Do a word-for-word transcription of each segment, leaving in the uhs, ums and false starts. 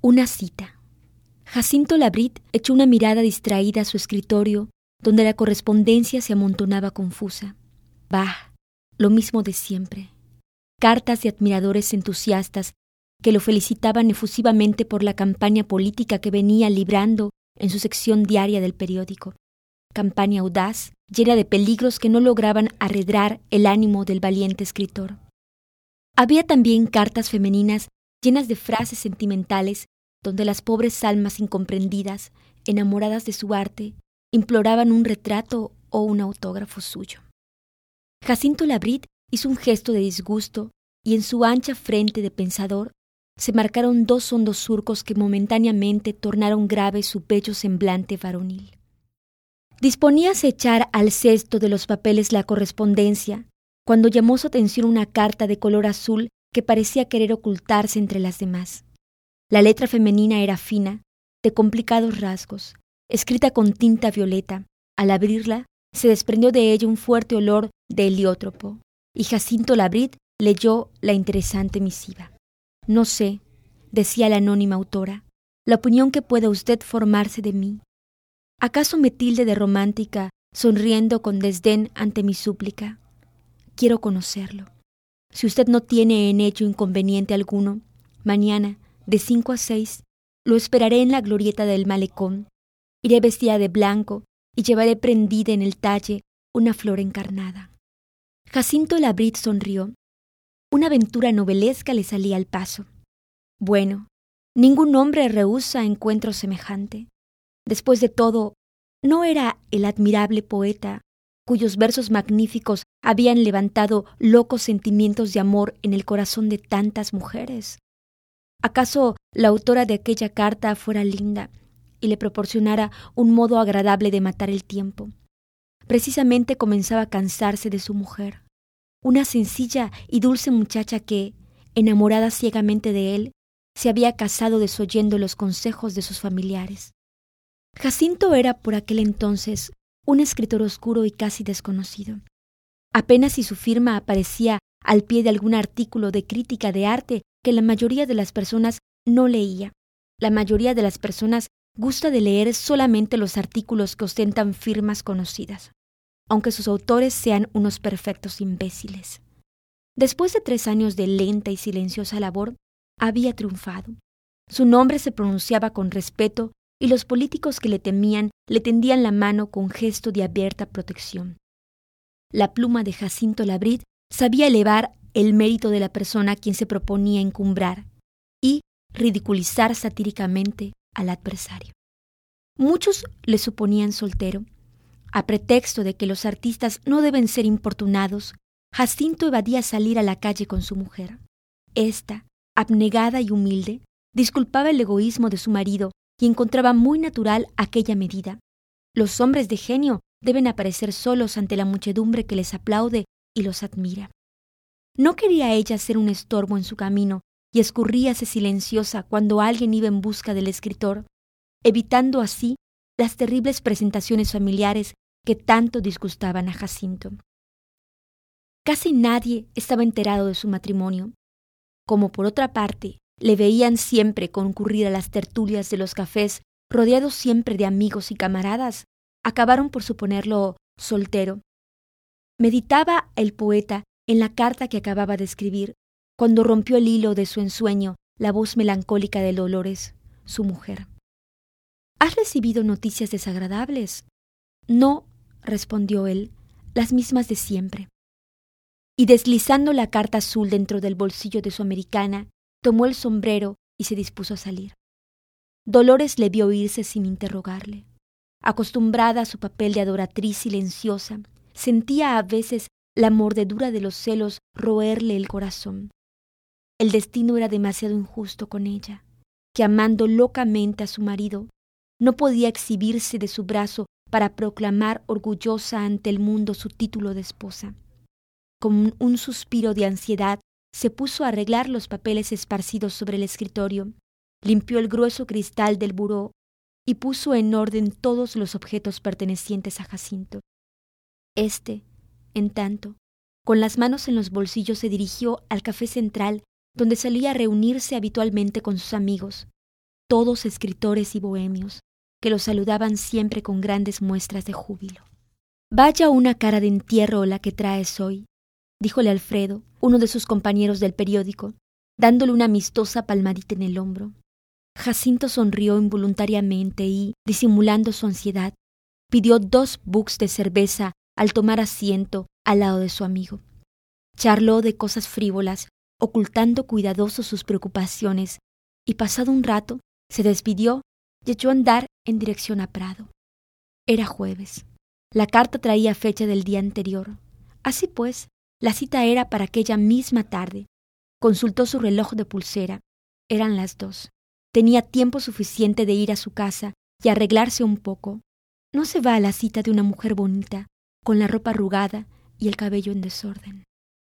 Una cita. Jacinto Labrit echó una mirada distraída a su escritorio, donde la correspondencia se amontonaba confusa. Bah, lo mismo de siempre. Cartas de admiradores entusiastas que lo felicitaban efusivamente por la campaña política que venía librando en su sección diaria del periódico. Campaña audaz, llena de peligros que no lograban arredrar el ánimo del valiente escritor. Había también cartas femeninas llenas de frases sentimentales, donde las pobres almas incomprendidas, enamoradas de su arte, imploraban un retrato o un autógrafo suyo. Jacinto Labrit hizo un gesto de disgusto y en su ancha frente de pensador se marcaron dos hondos surcos que momentáneamente tornaron grave su bello semblante varonil. Disponíase a echar al cesto de los papeles la correspondencia, cuando llamó su atención una carta de color azul que parecía querer ocultarse entre las demás. La letra femenina era fina, de complicados rasgos, escrita con tinta violeta. Al abrirla, se desprendió de ella un fuerte olor de heliotrópo, y Jacinto Labrit leyó la interesante misiva. No sé, decía la anónima autora, la opinión que pueda usted formarse de mí. ¿Acaso me tilde de romántica, sonriendo con desdén ante mi súplica? Quiero conocerlo. Si usted no tiene en ello inconveniente alguno, mañana, de cinco a seis, lo esperaré en la glorieta del malecón. Iré vestida de blanco y llevaré prendida en el talle una flor encarnada. Jacinto Labrit sonrió. Una aventura novelesca le salía al paso. Bueno, ningún hombre rehúsa encuentro semejante. Después de todo, ¿no era el admirable poeta, cuyos versos magníficos habían levantado locos sentimientos de amor en el corazón de tantas mujeres? ¿Acaso la autora de aquella carta fuera linda y le proporcionara un modo agradable de matar el tiempo? Precisamente comenzaba a cansarse de su mujer, una sencilla y dulce muchacha que, enamorada ciegamente de él, se había casado desoyendo los consejos de sus familiares. Jacinto era por aquel entonces un escritor oscuro y casi desconocido. Apenas si su firma aparecía al pie de algún artículo de crítica de arte que la mayoría de las personas no leía. La mayoría de las personas gusta de leer solamente los artículos que ostentan firmas conocidas, aunque sus autores sean unos perfectos imbéciles. Después de tres años de lenta y silenciosa labor, había triunfado. Su nombre se pronunciaba con respeto y los políticos que le temían le tendían la mano con gesto de abierta protección. La pluma de Jacinto Labrit sabía elevar el mérito de la persona a quien se proponía encumbrar y ridiculizar satíricamente al adversario. Muchos le suponían soltero. A pretexto de que los artistas no deben ser importunados, Jacinto evadía salir a la calle con su mujer. Esta, abnegada y humilde, disculpaba el egoísmo de su marido y encontraba muy natural aquella medida. Los hombres de genio deben aparecer solos ante la muchedumbre que les aplaude y los admira. No quería ella ser un estorbo en su camino y escurríase silenciosa cuando alguien iba en busca del escritor, evitando así las terribles presentaciones familiares que tanto disgustaban a Jacinto. Casi nadie estaba enterado de su matrimonio. Como por otra parte le veían siempre concurrir a las tertulias de los cafés, rodeado siempre de amigos y camaradas, acabaron por suponerlo soltero. Meditaba el poeta en la carta que acababa de escribir, cuando rompió el hilo de su ensueño la voz melancólica de Dolores, su mujer. ¿Has recibido noticias desagradables? No, respondió él, las mismas de siempre. Y deslizando la carta azul dentro del bolsillo de su americana, tomó el sombrero y se dispuso a salir. Dolores le vio irse sin interrogarle. Acostumbrada a su papel de adoratriz silenciosa, sentía a veces la mordedura de los celos roerle el corazón. El destino era demasiado injusto con ella, que amando locamente a su marido, no podía exhibirse de su brazo para proclamar orgullosa ante el mundo su título de esposa. Con un suspiro de ansiedad, se puso a arreglar los papeles esparcidos sobre el escritorio, limpió el grueso cristal del buró y puso en orden todos los objetos pertenecientes a Jacinto. Este, en tanto, con las manos en los bolsillos se dirigió al café central donde solía reunirse habitualmente con sus amigos. todos escritores y bohemios, que lo saludaban siempre con grandes muestras de júbilo. «Vaya una cara de entierro la que traes hoy», díjole Alfredo, uno de sus compañeros del periódico, dándole una amistosa palmadita en el hombro. Jacinto sonrió involuntariamente y, disimulando su ansiedad, pidió dos bucks de cerveza al tomar asiento al lado de su amigo. Charló de cosas frívolas, ocultando cuidadoso sus preocupaciones, y pasado un rato se despidió y echó a andar en dirección a Prado. Era jueves. La carta traía fecha del día anterior. Así pues, la cita era para aquella misma tarde. Consultó su reloj de pulsera. Eran las dos. Tenía tiempo suficiente de ir a su casa y arreglarse un poco. No se va a la cita de una mujer bonita, con la ropa arrugada y el cabello en desorden.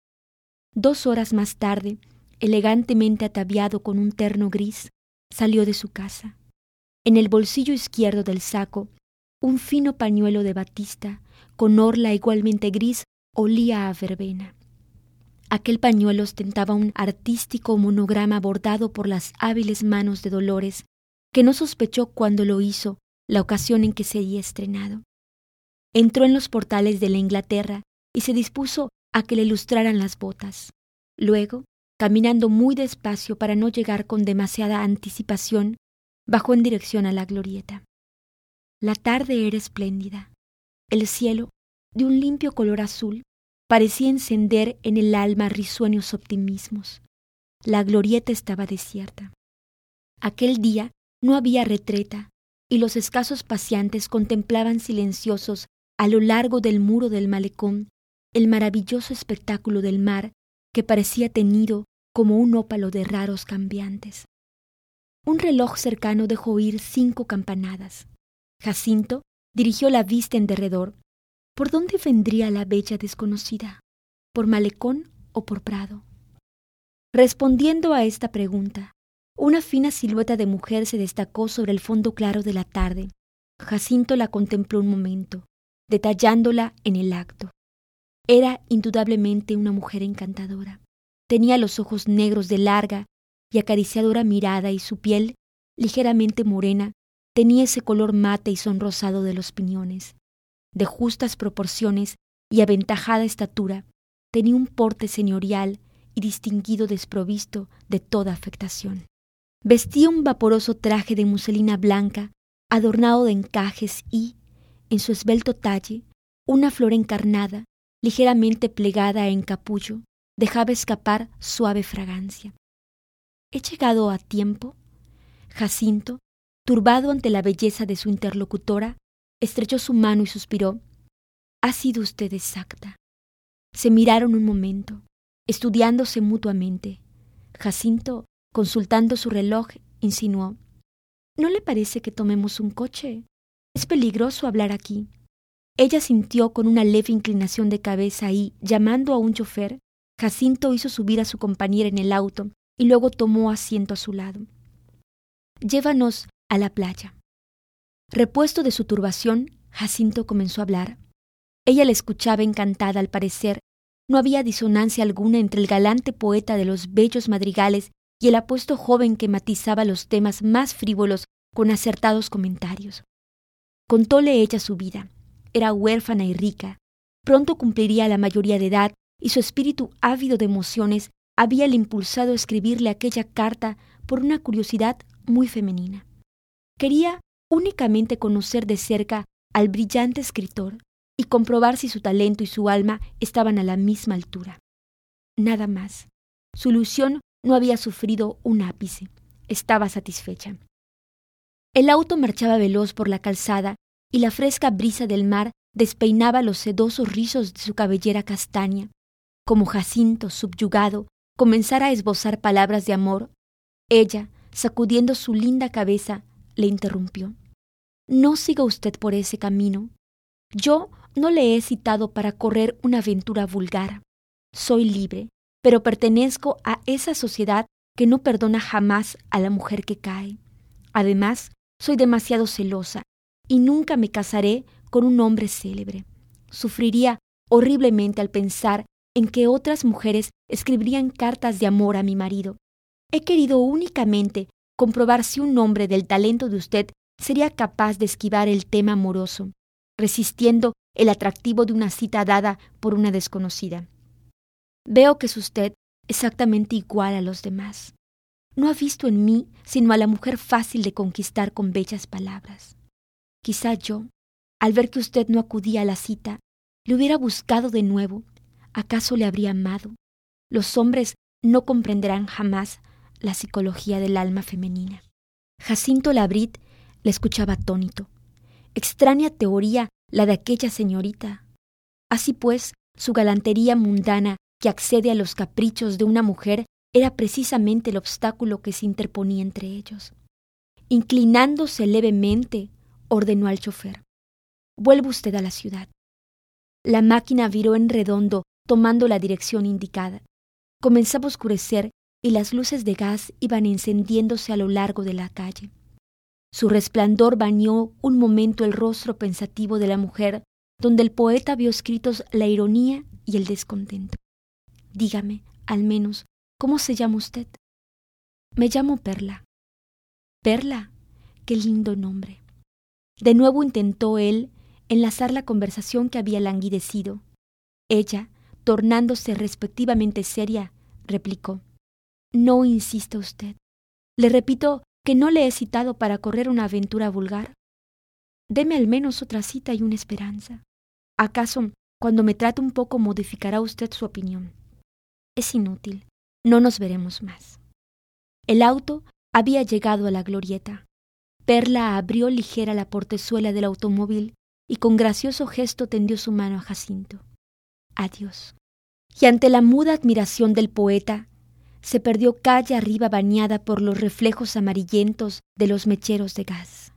Dos horas más tarde, elegantemente ataviado con un terno gris, salió de su casa. En el bolsillo izquierdo del saco, un fino pañuelo de batista, con orla igualmente gris, olía a verbena. Aquel pañuelo ostentaba un artístico monograma bordado por las hábiles manos de Dolores, que no sospechó cuando lo hizo la ocasión en que se había estrenado. Entró en los portales de la Inglaterra y se dispuso a que le lustraran las botas. Luego, caminando muy despacio para no llegar con demasiada anticipación, bajó en dirección a la glorieta. La tarde era espléndida. El cielo, de un limpio color azul, parecía encender en el alma risueños optimismos. La glorieta estaba desierta. Aquel día no había retreta, y los escasos paseantes contemplaban silenciosos a lo largo del muro del malecón el maravilloso espectáculo del mar que parecía teñido como un ópalo de raros cambiantes. Un reloj cercano dejó oír cinco campanadas. Jacinto dirigió la vista en derredor. ¿Por dónde vendría la bella desconocida? ¿Por malecón o por prado? Respondiendo a esta pregunta, una fina silueta de mujer se destacó sobre el fondo claro de la tarde. Jacinto la contempló un momento, detallándola en el acto. Era indudablemente una mujer encantadora. Tenía los ojos negros de larga y acariciadora mirada y su piel, ligeramente morena, tenía ese color mate y sonrosado de los piñones. De justas proporciones y aventajada estatura, tenía un porte señorial y distinguido desprovisto de toda afectación. Vestía un vaporoso traje de muselina blanca, adornado de encajes y, en su esbelto talle, una flor encarnada, ligeramente plegada en capullo, dejaba escapar suave fragancia. ¿He llegado a tiempo? Jacinto, turbado ante la belleza de su interlocutora, estrechó su mano y suspiró. «Ha sido usted exacta». Se miraron un momento, estudiándose mutuamente. Jacinto, consultando su reloj, insinuó. «¿No le parece que tomemos un coche? Es peligroso hablar aquí». Ella sintió con una leve inclinación de cabeza y, llamando a un chofer, Jacinto hizo subir a su compañera en el auto y luego tomó asiento a su lado. «Llévanos a la playa». Repuesto de su turbación, Jacinto comenzó a hablar. Ella le escuchaba encantada al parecer. No había disonancia alguna entre el galante poeta de los bellos madrigales y el apuesto joven que matizaba los temas más frívolos con acertados comentarios. Contóle ella su vida. Era huérfana y rica. Pronto cumpliría la mayoría de edad y su espíritu ávido de emociones habíale impulsado a escribirle aquella carta por una curiosidad muy femenina. Quería únicamente conocer de cerca al brillante escritor y comprobar si su talento y su alma estaban a la misma altura. Nada más. Su ilusión no había sufrido un ápice. Estaba satisfecha. El auto marchaba veloz por la calzada y la fresca brisa del mar despeinaba los sedosos rizos de su cabellera castaña. Como Jacinto, subyugado, comenzara a esbozar palabras de amor, ella, sacudiendo su linda cabeza, le interrumpió. «No siga usted por ese camino. Yo no le he citado para correr una aventura vulgar. Soy libre, pero pertenezco a esa sociedad que no perdona jamás a la mujer que cae. Además, soy demasiado celosa y nunca me casaré con un hombre célebre. Sufriría horriblemente al pensar en que otras mujeres escribirían cartas de amor a mi marido. He querido únicamente comprobar si un hombre del talento de usted sería capaz de esquivar el tema amoroso, resistiendo el atractivo de una cita dada por una desconocida. Veo que es usted exactamente igual a los demás. No ha visto en mí sino a la mujer fácil de conquistar con bellas palabras. Quizá yo, al ver que usted no acudía a la cita, le hubiera buscado de nuevo. ¿Acaso le habría amado? Los hombres no comprenderán jamás la psicología del alma femenina. Jacinto Labrit le escuchaba atónito. Extraña teoría la de aquella señorita. Así pues, su galantería mundana que accede a los caprichos de una mujer era precisamente el obstáculo que se interponía entre ellos. Inclinándose levemente, ordenó al chofer: «Vuelva usted a la ciudad». La máquina viró en redondo, tomando la dirección indicada. Comenzaba a oscurecer y las luces de gas iban encendiéndose a lo largo de la calle. Su resplandor bañó un momento el rostro pensativo de la mujer, donde el poeta vio escritos la ironía y el descontento. «Dígame, al menos, ¿cómo se llama usted?» «Me llamo Perla». «Perla, qué lindo nombre». De nuevo intentó él enlazar la conversación que había languidecido. Ella, tornándose respectivamente seria, replicó: «No insista usted. Le repito que no le he citado para correr una aventura vulgar. Deme al menos otra cita y una esperanza. ¿Acaso, cuando me trate un poco, modificará usted su opinión? Es inútil. No nos veremos más». El auto había llegado a la glorieta. Perla abrió ligera la portezuela del automóvil y con gracioso gesto tendió su mano a Jacinto. «Adiós». Y ante la muda admiración del poeta, se perdió calle arriba bañada por los reflejos amarillentos de los mecheros de gas.